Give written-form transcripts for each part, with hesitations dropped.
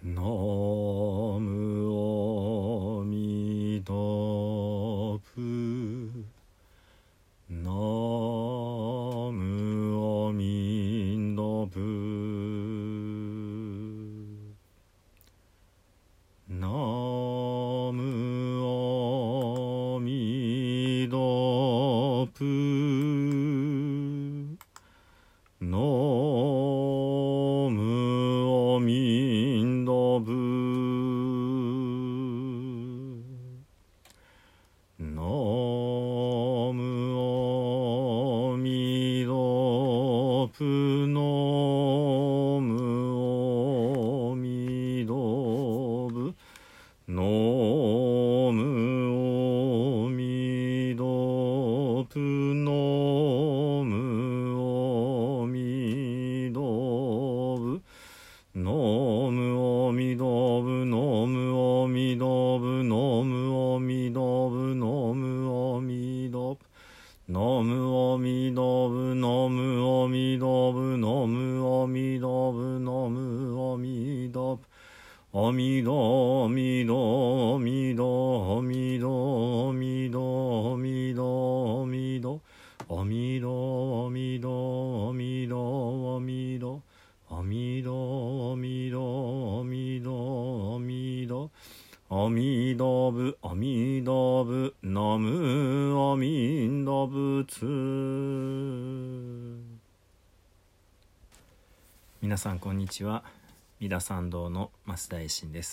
ナムアミダプナムアミダプナムアミダプナムアミダプナムアミダプナムアミダプナムアミダプナムアミダプナムアミダプナムアミダプナムアミダプナムアミダプナムアミダプナムアミダプナムアミダプナムアミダプアミダアミダアミダアミダアミダアミダアミダアミダアミダアミダアミダアミダアミダアミダアミダアミダブアミダブナムアミンダブツ。皆さんこんにちは。三田参道の増田衛進です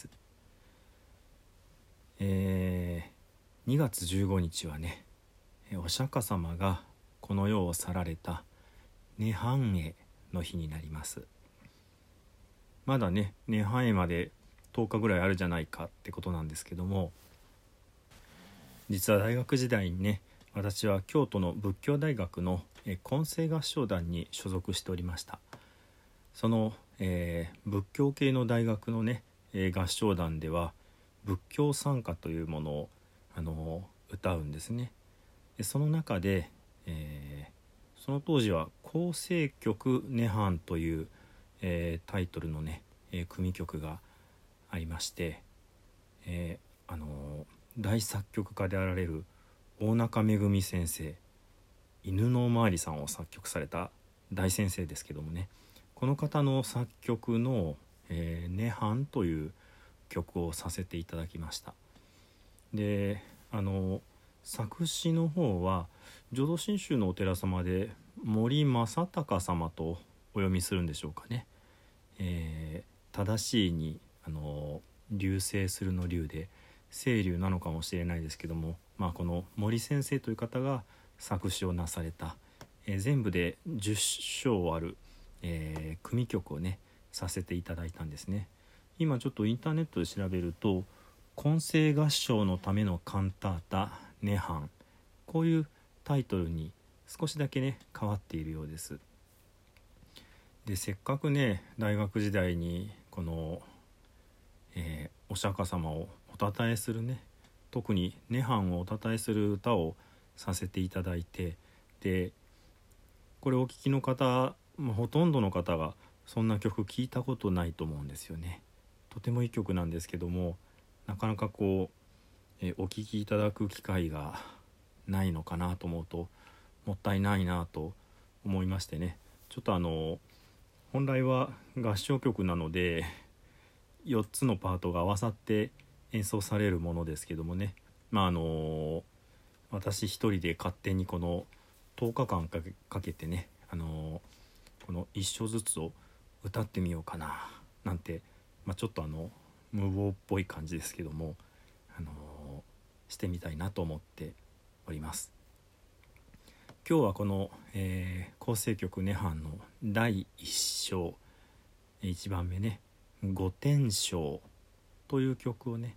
。2月15日はね、お釈迦様がこの世を去られた涅槃会の日になります。まだね、涅槃会まで10日ぐらいあるじゃないかってことなんですけども、実は大学時代にね、私は京都の仏教大学の混声合唱団に所属しておりました。その、仏教系の大学のね、合唱団では仏教賛歌というものを歌うんですね。でその中で、その当時は構成曲涅槃という、タイトルのね、組曲がありまして、大作曲家であられる大中恵先生、犬のおまわりさんを作曲された大先生ですけどもね、この方の作曲の涅槃という曲をさせていただきました。で作詞の方は浄土真宗のお寺様で森正隆様とお読みするんでしょうかね。正しいに流星するの流で清流なのかもしれないですけども、この森先生という方が作詞をなされた、全部で10章ある、組曲をねさせていただいたんですね。今ちょっとインターネットで調べると、混声合唱のためのカンタータ涅槃、こういうタイトルに少しだけね変わっているようです。でせっかくね大学時代にこの、お釈迦様をおたたえするね、特に涅槃をおたたえする歌をさせていただいて、でこれお聞きの方、ほとんどの方がそんな曲聞いたことないと思うんですよね。とてもいい曲なんですけども、なかなかお聞きいただく機会がないのかなと思うともったいないなと思いましてね、ちょっと本来は合唱曲なので4つのパートが合わさって演奏されるものですけどもね、私一人で勝手にこの10日間かけてね、この一章ずつを歌ってみようかななんて、ちょっと無謀っぽい感じですけども、してみたいなと思っております。今日はこの、構成曲涅槃の第1章1番目ね、御天正という曲をね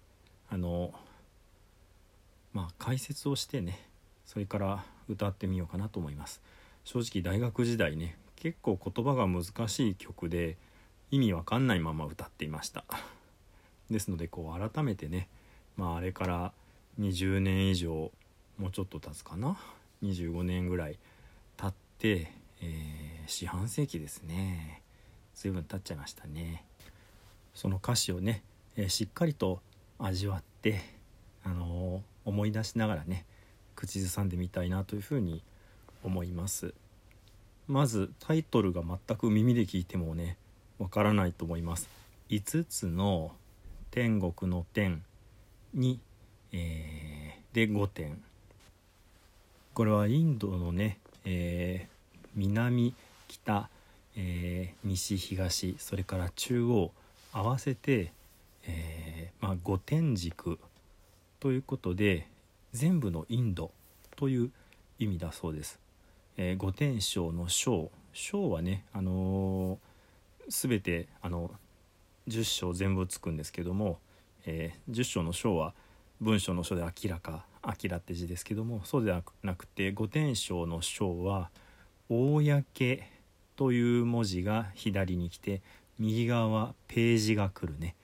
解説をしてね、それから歌ってみようかなと思います。正直大学時代ね、結構言葉が難しい曲で意味わかんないまま歌っていました。ですので改めてね、あれから20年以上、もうちょっと経つかな、25年ぐらい経って、四半世紀ですね。随分経っちゃいましたね。 その歌詞をね、しっかりと味わって、思い出しながらね口ずさんでみたいなというふうに思います。まずタイトルが全く耳で聞いてもねわからないと思います。5つの天国の天に、で5点。これはインドのね、南北、西東それから中央合わせて、5天軸ということで全部のインドという意味だそうです。五天章の章はね、全て10章全部つくんですけども、10章の章は文章の章で明らって字ですけども、そうではなくて五天章の章は公という文字が左に来て右側はページが来るね、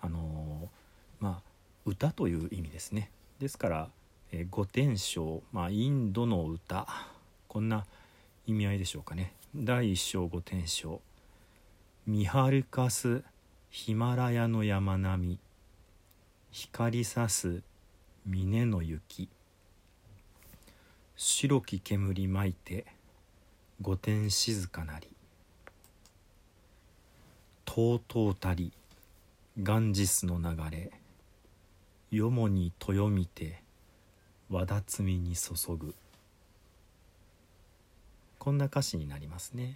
歌という意味ですね。ですから、五天章、インドの歌、こんな意味合いでしょうかね。第一章五天章、見晴かすヒマラヤの山並み、光さす峰の雪、白き煙巻いて御殿静かなり、とうとうたりガンジスの流れ、よもに豊みてわだつみに注ぐ。こんな歌詞になりますね。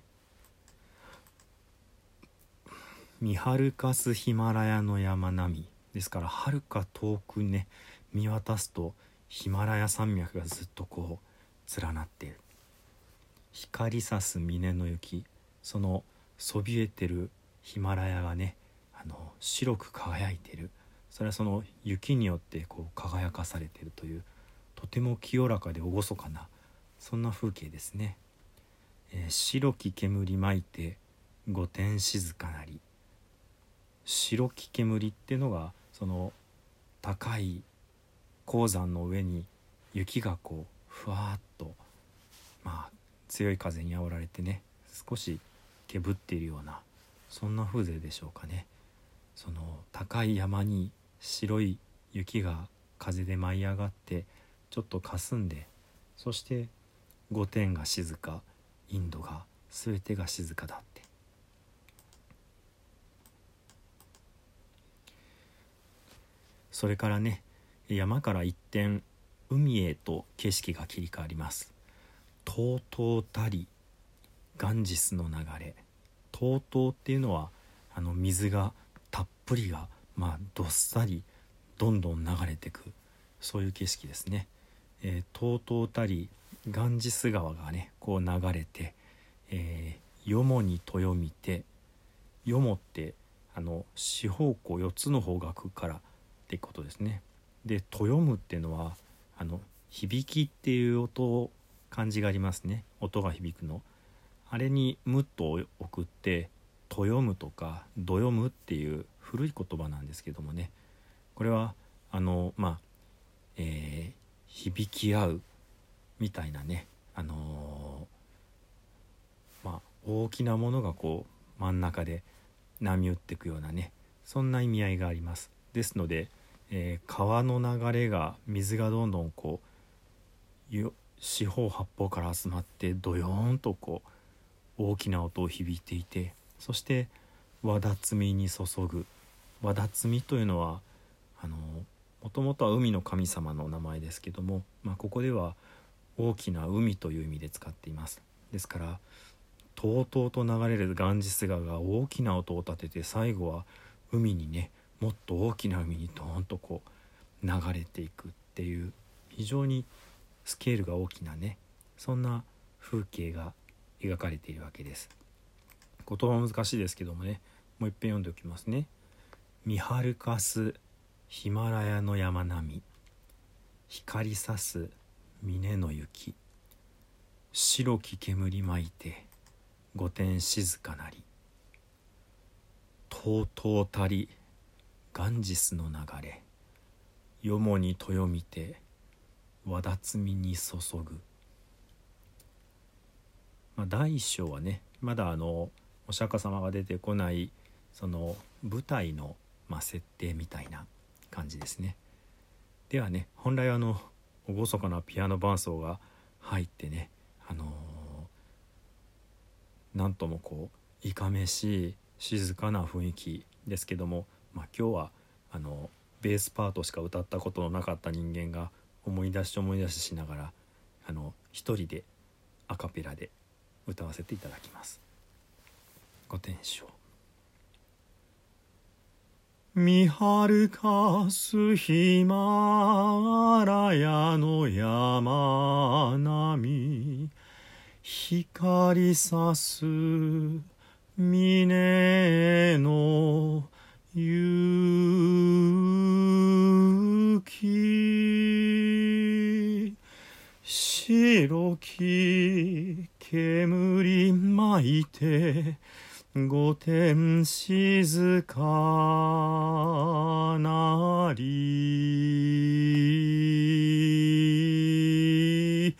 見晴かすヒマラヤの山並みですから、はるか遠くね見渡すとヒマラヤ山脈がずっとこう連なっている。光さす峰の雪、そのそびえてるヒマラヤがね白く輝いている。それはその雪によってこう輝かされているという、とても清らかで厳かなそんな風景ですね。白き煙巻いて御殿静かなり。白き煙っていうのがその高い高山の上に雪がこうふわっと、強い風に煽られてね少しけぶっているようなそんな風情でしょうかね。その高い山に白い雪が風で舞い上がってちょっと霞んで、そして御殿が静か、インドが全てが静かだって。それからね山から一転海へと景色が切り替わります。とうとうたりガンジスの流れ。とうとうっていうのは水がたっぷりがどっさりどんどん流れていく、そういう景色ですね。とうとうたりガンジス川がねこう流れて、よもに豊みて、よもって四方向4つの方角からってことですね。で豊むっていうのは響きっていう音漢字がありますね。音が響くの、あれにむと送って豊むとかどよむっていう古い言葉なんですけどもね、これは響き合うみたいなね、大きなものがこう真ん中で波打っていくようなね、そんな意味合いがあります。ですので、川の流れが水がどんどんこう四方八方から集まってドヨーンとこう大きな音を響いていて、そしてわだつみに注ぐ。わだつみというのはもともとは海の神様の名前ですけども、ここでは大きな海という意味で使っています。ですからとうとうと流れるガンジス川が大きな音を立てて、最後は海にねもっと大きな海にドーンとこう流れていくっていう、非常にスケールが大きなねそんな風景が描かれているわけです。言葉は難しいですけどもね、もう一遍読んでおきますね。見晴かすヒマラヤの山並み、光さす峰の雪、白き煙巻いて御殿静かなり、とうとうたりガンジスの流れ、よもに豊みてわだつみに注ぐ。第一章はねまだお釈迦様が出てこないその舞台の、設定みたいな感じですね。ではね、本来厳かなピアノ伴奏が入ってね、なんともいかめしい静かな雰囲気ですけども、今日はベースパートしか歌ったことのなかった人間が思い出ししながら一人でアカペラで歌わせていただきます。ご転唱。見晴かすヒマラヤの山並み、光さす峰の雪、白き煙巻いて御殿静かなり、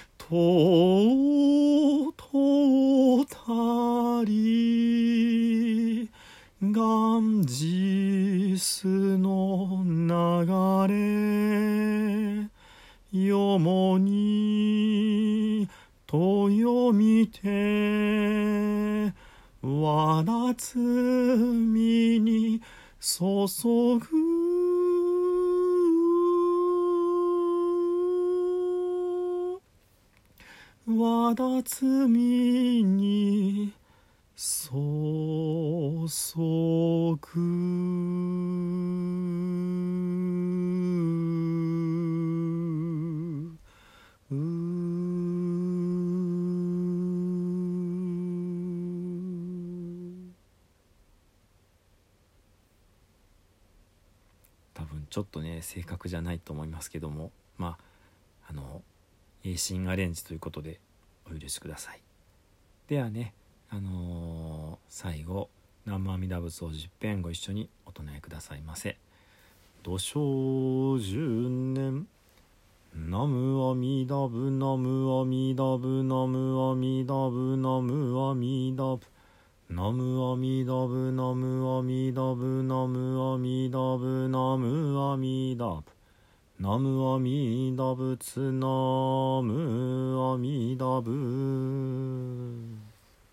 とうとうたりガンジスの流れよもに豊見てわだつみに注ぐ、わだつみに注ぐ。多分ちょっとね正確じゃないと思いますけども、英進アレンジということでお許しください。ではね、最後南無阿弥陀仏を10遍ご一緒にお唱えくださいませ。土生十年南無阿弥陀仏南無阿弥陀仏南無阿弥陀仏南無阿弥陀仏南無阿弥陀仏南無阿弥陀仏南無阿弥陀仏南無阿弥陀仏南無阿弥陀仏南無阿弥陀仏。